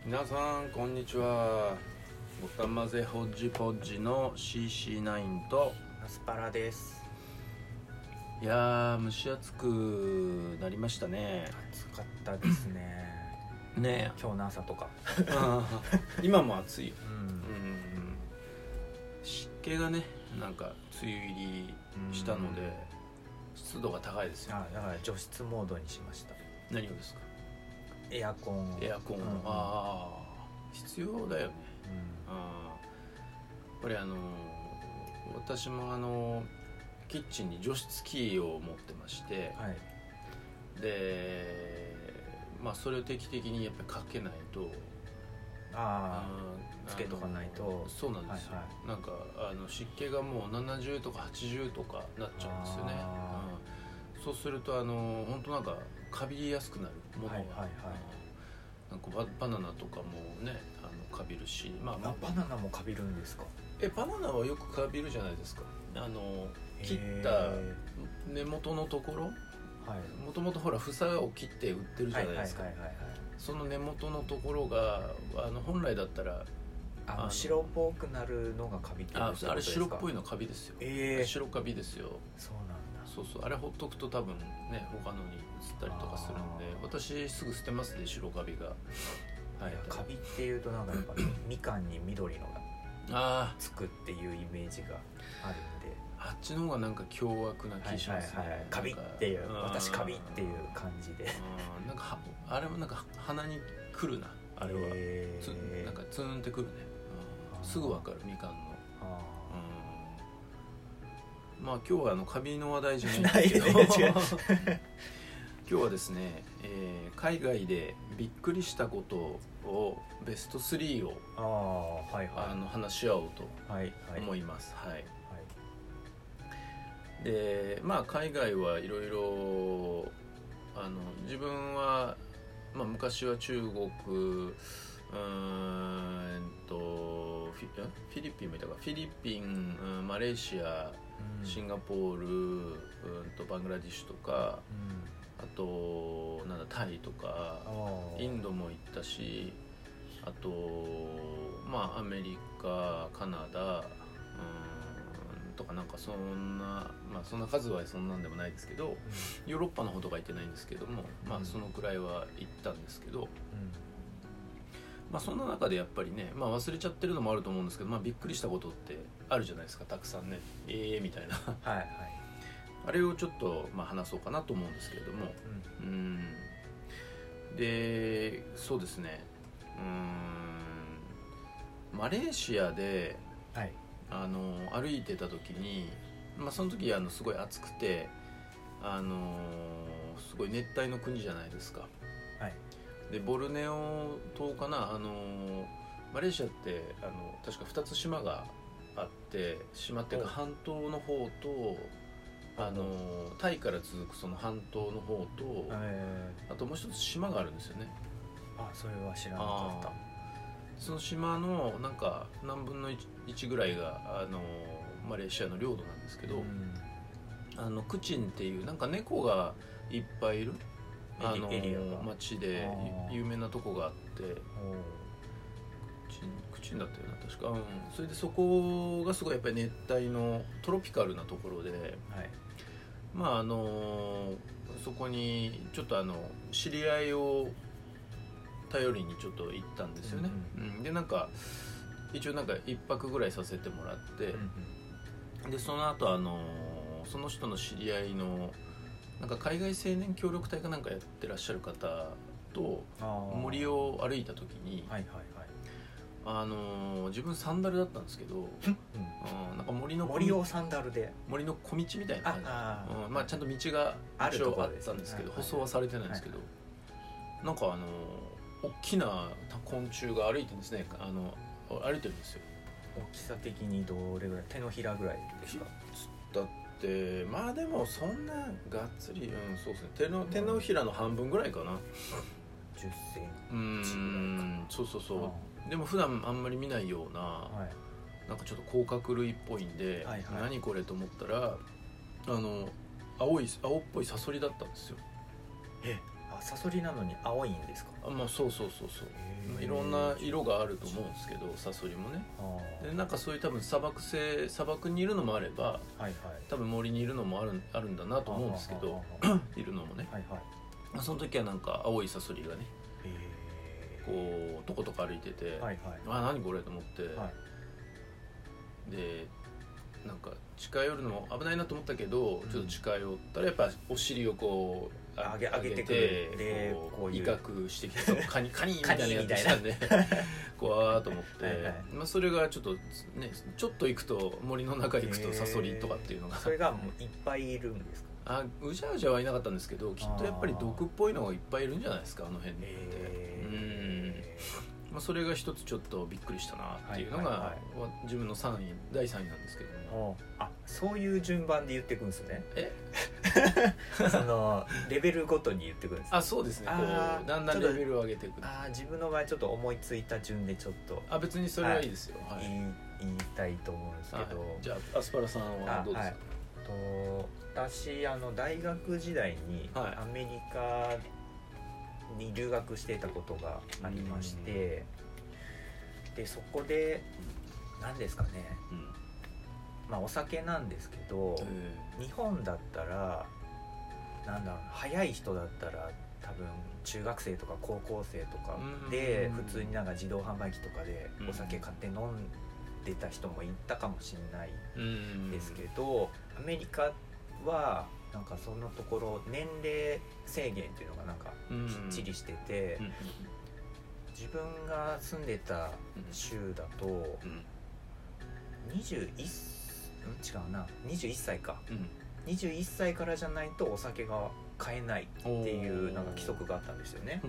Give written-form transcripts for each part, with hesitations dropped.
皆さんこんにちは。おたまぜほっじぽっじの CC9 とアスパラです。 いやー蒸し暑くなりましたね。 暑かったですね。 ね今日の朝とか。 今も暑いよ、 うん湿気がねなんか梅雨入りしたので湿度が高いですよ。 だから除湿モードにしました。 何をですか？ エアコンを。 エアコンを、必要だよね。やっぱり私もキッチンに除湿機を持ってまして、 はい、 でそれを定期的にやっぱりかけないとつけとかないと。 そうなんですよ、なんか湿気がもう70とか80とかなっちゃうんですよね。そうすると本当なんかカビやすくなるものが、なんかバナナとかもねカビるし、 バナナもカビるんですか？ バナナはよくカビるじゃないですか。切った根元のところ、もともとほら房を切って売ってるじゃないですか。その根元のところが本来だったら白っぽくなるのがカビってことですか？ あれ白っぽいのカビですよ。白カビですよ。 そうなんだ。 そうあれほっとくと多分ね他のに移ったりとかするんで、私すぐ捨てますね、白カビが。 カビっていうとなんかやっぱみかんに緑のがつくっていうイメージがあるんで、 あっちの方がなんか凶悪な気しますね。 カビっていう、私カビっていう感じで、 なんかあれもなんか鼻に来るな、あれは。なんかツーンってくるね。すぐわかる、みかんの。今日はカビの話題じゃないんですけど今日はですね、海外でびっくりしたことをベスト3を話し合おうと思います。で海外はいろいろ自分は、昔は中国フィリピンもいたか、フィリピン、マレーシア、シンガポール、バングラディッシュとか、あとタイとかインドも行ったし、あとアメリカ、カナダとかなんかそんな数はそんなんでもないですけど、ヨーロッパの方とか行ってないんですけども、そのくらいは行ったんですけど、そんな中でやっぱりね、忘れちゃってるのもあると思うんですけど、びっくりしたことってあるじゃないですか、たくさんね。みたいなあれをちょっと話そうかなと思うんですけれども、でそうですね、マレーシアで、歩いてた時に、その時すごい暑くてすごい熱帯の国じゃないですか。でボルネオ島かな、マレーシアって確か2つ島があって、島っていうか半島の方とタイから続くその半島の方と、あともう一つ島があるんですよね。 それは知らなかった。 その島のなんか何分の 1ぐらいがマレーシアの領土なんですけど、クチンっていうなんか猫がいっぱいいる町で有名なとこがあって、クチンだったよな確か、それでそこがすごいやっぱり熱帯のトロピカルなところで、そこにちょっと知り合いを頼りにちょっと行ったんですよね。でなんか一応なんか1泊ぐらいさせてもらって、でその後その人の知り合いのなんか海外青年協力隊かなんかやってらっしゃる方と森を歩いた時に、自分サンダルだったんですけど、なんか森をサンダルで森の小道みたいな感じ、ちゃんと道が一応あったんですけど、舗装はされてないんですけど、なんか大きな昆虫が歩いてるんですね。歩いてるんですよ。 大きさ的にどれぐらい？手のひらぐらいですか？ だってでもそんながっつり、そうですね、手のひらの半分ぐらいかな。 10センチぐらいか。 そうでも普段あんまり見ないような、なんかちょっと甲殻類っぽいんで、何これと思ったら青っぽいサソリだったんですよ。 サソリなのに青いんですか？ まあそうそうそうそう、いろんな色があると思うんですけど、サソリもね。でなんかそういう多分砂漠にいるのもあれば、はいはい、多分森にいるのもあるんだなと思うんですけどいるのもね、はいはい、その時はなんか青いサソリがねこうとことこ歩いてて、はいはい、何これと思って、はい、でなんか近寄るのも危ないなと思ったけど、ちょっと近寄ったらやっぱお尻をこう上げてでこう威嚇してきてカニみたいなやつしたんで怖ーと思って、はいはい、まあ、それがちょっとね、ちょっと行くと森の中行くとサソリとかっていうのがそれがもういっぱいいるんですか？ うじゃうじゃはいなかったんですけど、きっとやっぱり毒っぽいのがいっぱいいるんじゃないですか、あの辺で。まあ、それが一つちょっとびっくりしたなっていうのが、はいはいはい、自分の第3位なんですけども。 そういう順番で言っていくんですね。そのレベルごとに言っていくんですね。 そうですね、こうだんだんレベルを上げていく。 自分の場合ちょっと思いついた順でちょっと別にそれはいいですよ、はい、 言いたいと思うんですけど、 じゃあアスパラさんはどうですか？ 私大学時代にアメリカに留学していたことがありまして、でそこで何ですかね、まあお酒なんですけど、日本だったらなんだろう、早い人だったら多分中学生とか高校生とかで普通になんか自動販売機とかでお酒買って飲んでた人もいたかもしれないですけど、アメリカはなんかそのところ年齢制限っていうのがなんかきっちりしてて、自分が住んでた州だと21歳か、21歳からじゃないとお酒が買えないっていうなんか規則があったんですよね。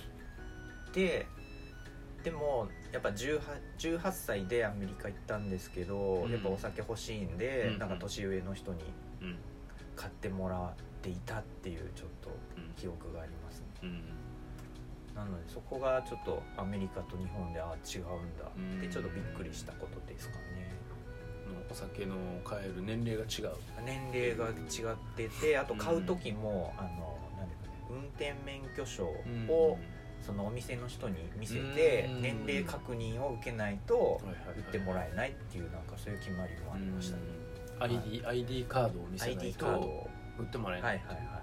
でもやっぱ 18歳でアメリカ行ったんですけど、やっぱお酒欲しいんで、なんか年上の人に買ってもらっていたっていうちょっと記憶がありますね。なのでそこがちょっとアメリカと日本で違うんだってちょっとびっくりしたことですかね。 お酒の買える年齢が違う。 年齢が違ってて、あと買う時もなんだろうね、運転免許証をそのお店の人に見せて年齢確認を受けないと売ってもらえないっていうなんかそういう決まりもありましたね。 ID カードを見せないと売ってもらえない。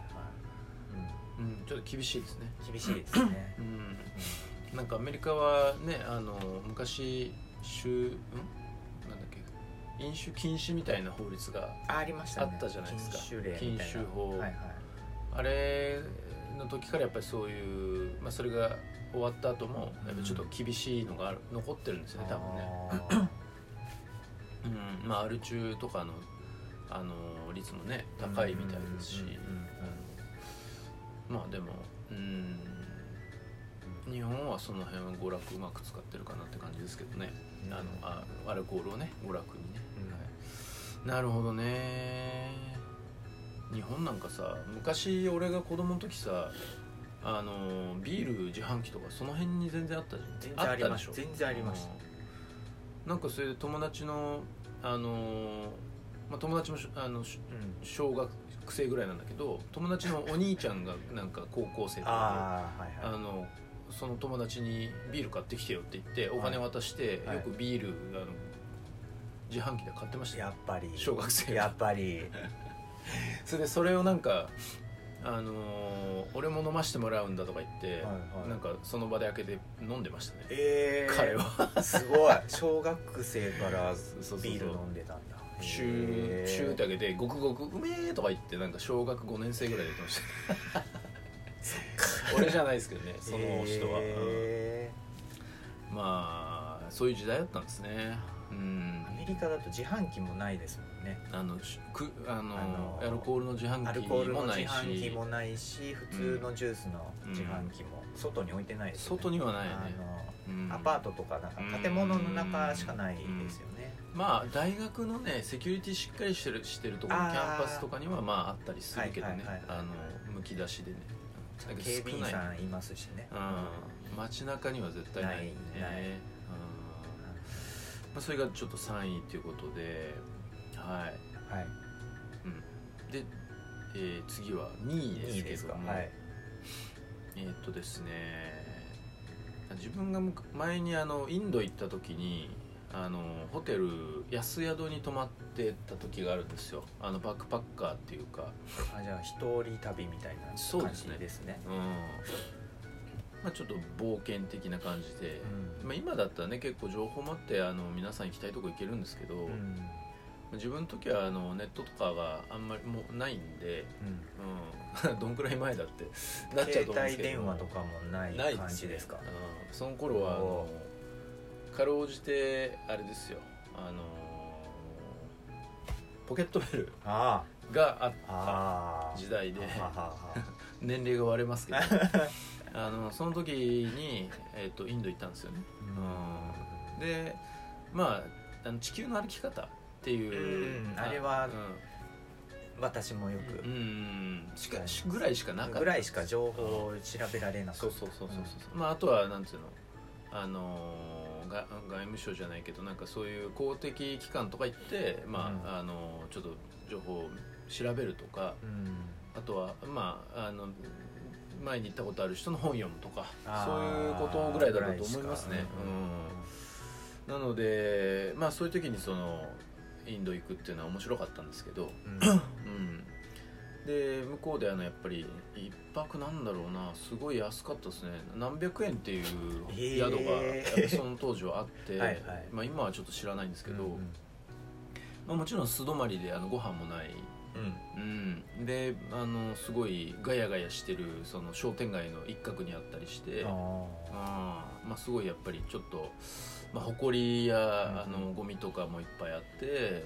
ちょっと厳しいですね。 厳しいですね。 なんかアメリカはね、昔なんだっけ、飲酒禁止みたいな法律があったじゃないですか。禁酒法。あれの時からやっぱりそういう、まあ、それが終わった後もやっぱちょっと厳しいのが残ってるんですよね、多分ね。まあアル中とかの率もね高いみたいですし、まあでも日本はその辺は娯楽うまく使ってるかなって感じですけどね、アルコールをね娯楽にね、なるほどね。日本なんかさ、昔俺が子供の時さ、ビール自販機とかその辺に全然あったじゃん。 全然ありました。全然ありました。 なんかそれで友達の友達も小学生ぐらいなんだけど、友達のお兄ちゃんがなんか高校生とかでその友達にビール買ってきてよって言ってお金渡して、よくビール自販機で買ってましたよ。 やっぱり小学生やっぱりそれをなんか俺も飲ましてもらうんだとか言って、なんかその場で開けて飲んでましたね、彼は。 すごい。小学生からビール飲んでたんだ。 シューって開けてゴクゴクうめーとか言って、なんか小学5年生ぐらいで言ってました俺じゃないですけどね、その人は。まあそういう時代だったんですね。 アメリカだと自販機もないですもんね。 アルコールの自販機もないし、 普通のジュースの自販機も外に置いてないですよね。 外にはないね。 アパートとかなんか建物の中しかないですよね。 まあ大学のねセキュリティしっかりしてるところ、キャンパスとかにはまああったりするけどね、むき出しでね。 警備員さんいますしね。 街中には絶対ないね。それがちょっと3位ということで、で、次は2位ですけども、 ですね、自分が前にインド行った時にホテル安宿に泊まってた時があるんですよ。バックパッカーっていうか、 じゃあ一人旅みたいな感じですね。 まあ、ちょっと冒険的な感じで、まあ、今だったらね結構情報もあって皆さん行きたいとこ行けるんですけど、自分の時はネットとかがあんまりもうないんで、どんくらい前だってなっちゃうと思うんですけど、 携帯電話とかもない感じですか。 その頃はかろうじてあれですよ、ポケットベルがあった時代で年齢が割れますけどその時に、インド行ったんですよね。でまあ地球の歩き方っていう、 あれは、私もよくぐらいしかなかった、 ぐらいしか情報を調べられなかった。 そうまああとはなんつうの外務省じゃないけどなんかそういう公的機関とか行って、まあちょっと情報を調べるとか、あとはまあ前に行ったことある人の本読むとか、そういうことぐらいだろうと思いますね。なのでまあそういう時にインド行くっていうのは面白かったんですけど、で向こうでやっぱり一泊なんだろうな、すごい安かったですね。何百円っていう宿がその当時はあってまあ今はちょっと知らないんですけど、まあ、もちろん素泊まりでご飯もない、ですごいガヤガヤしてるその商店街の一角にあったりして、まあ、すごいやっぱりちょっと、まあ、埃やゴミとかもいっぱいあって、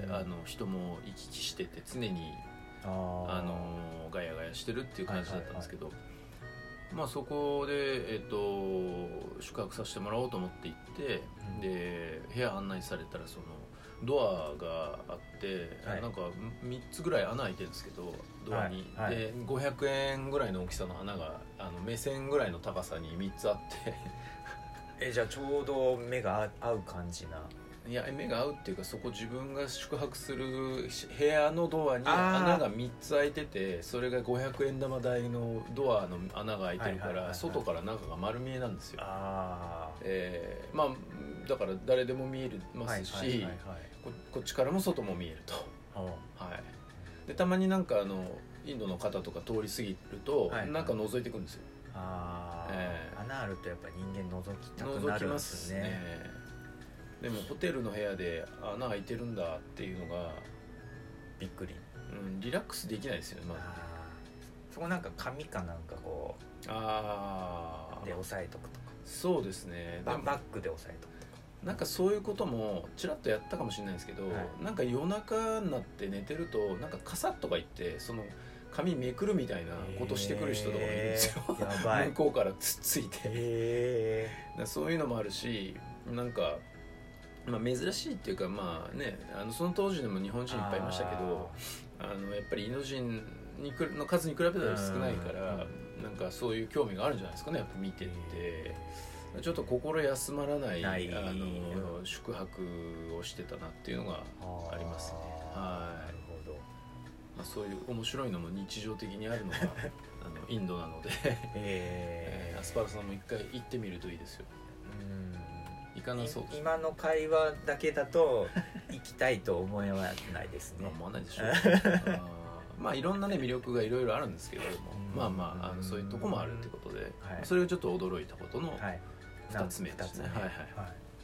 人も行き来してて常にガヤガヤしてるっていう感じだったんですけど、まあ、そこで、宿泊させてもらおうと思って行って、で部屋案内されたらそのドアがあって、なんか3つぐらい穴開いてるんですけどドアに、で500円ぐらいの大きさの穴が目線ぐらいの高さに3つあってじゃあちょうど目が合う感じな。 いや目が合うっていうか、そこ自分が宿泊する部屋のドアに穴が3つ開いてて、それが500円玉台のドアの穴が開いてるから、外から中が丸見えなんですよ。まあだから誰でも見えますし、こっちからも外も見えると、でたまになんかインドの方とか通り過ぎると、なんか覗いてくんですよ。 穴あるとやっぱり人間覗きたくなるんですね。 でもホテルの部屋で穴開いてるんだっていうのがびっくり、 リラックスできないですよね。 そこなんか紙かなんかこうで押さえとくとか。そうですね、バッグで押さえとくとか、 なんかそういうこともちらっとやったかもしれないですけど、なんか夜中になって寝てるとなんかカサッとか言ってその紙めくるみたいなことしてくる人とかもいるんですよ。やばい向こうからつっついてそういうのもあるし、なんかまあ、珍しいっていうか、まあね、その当時でも日本人いっぱいいましたけど、やっぱりインド人の数に比べたら少ないから、なんかそういう興味があるんじゃないですかね。やっぱ見てってちょっと心休まらない宿泊をしてたなっていうのがありますね。なるほど。まあ、そういう面白いのも日常的にあるのがインドなので、アスパラさんも一回行ってみるといいですよ。行かなそうです。 今の会話だけだと行きたいと思えないですね。 思わないでしょう。まあいろんなね魅力がいろいろあるんですけども、まあそういうとこもあるってことで、それをちょっと驚いたことの2つ目ですね。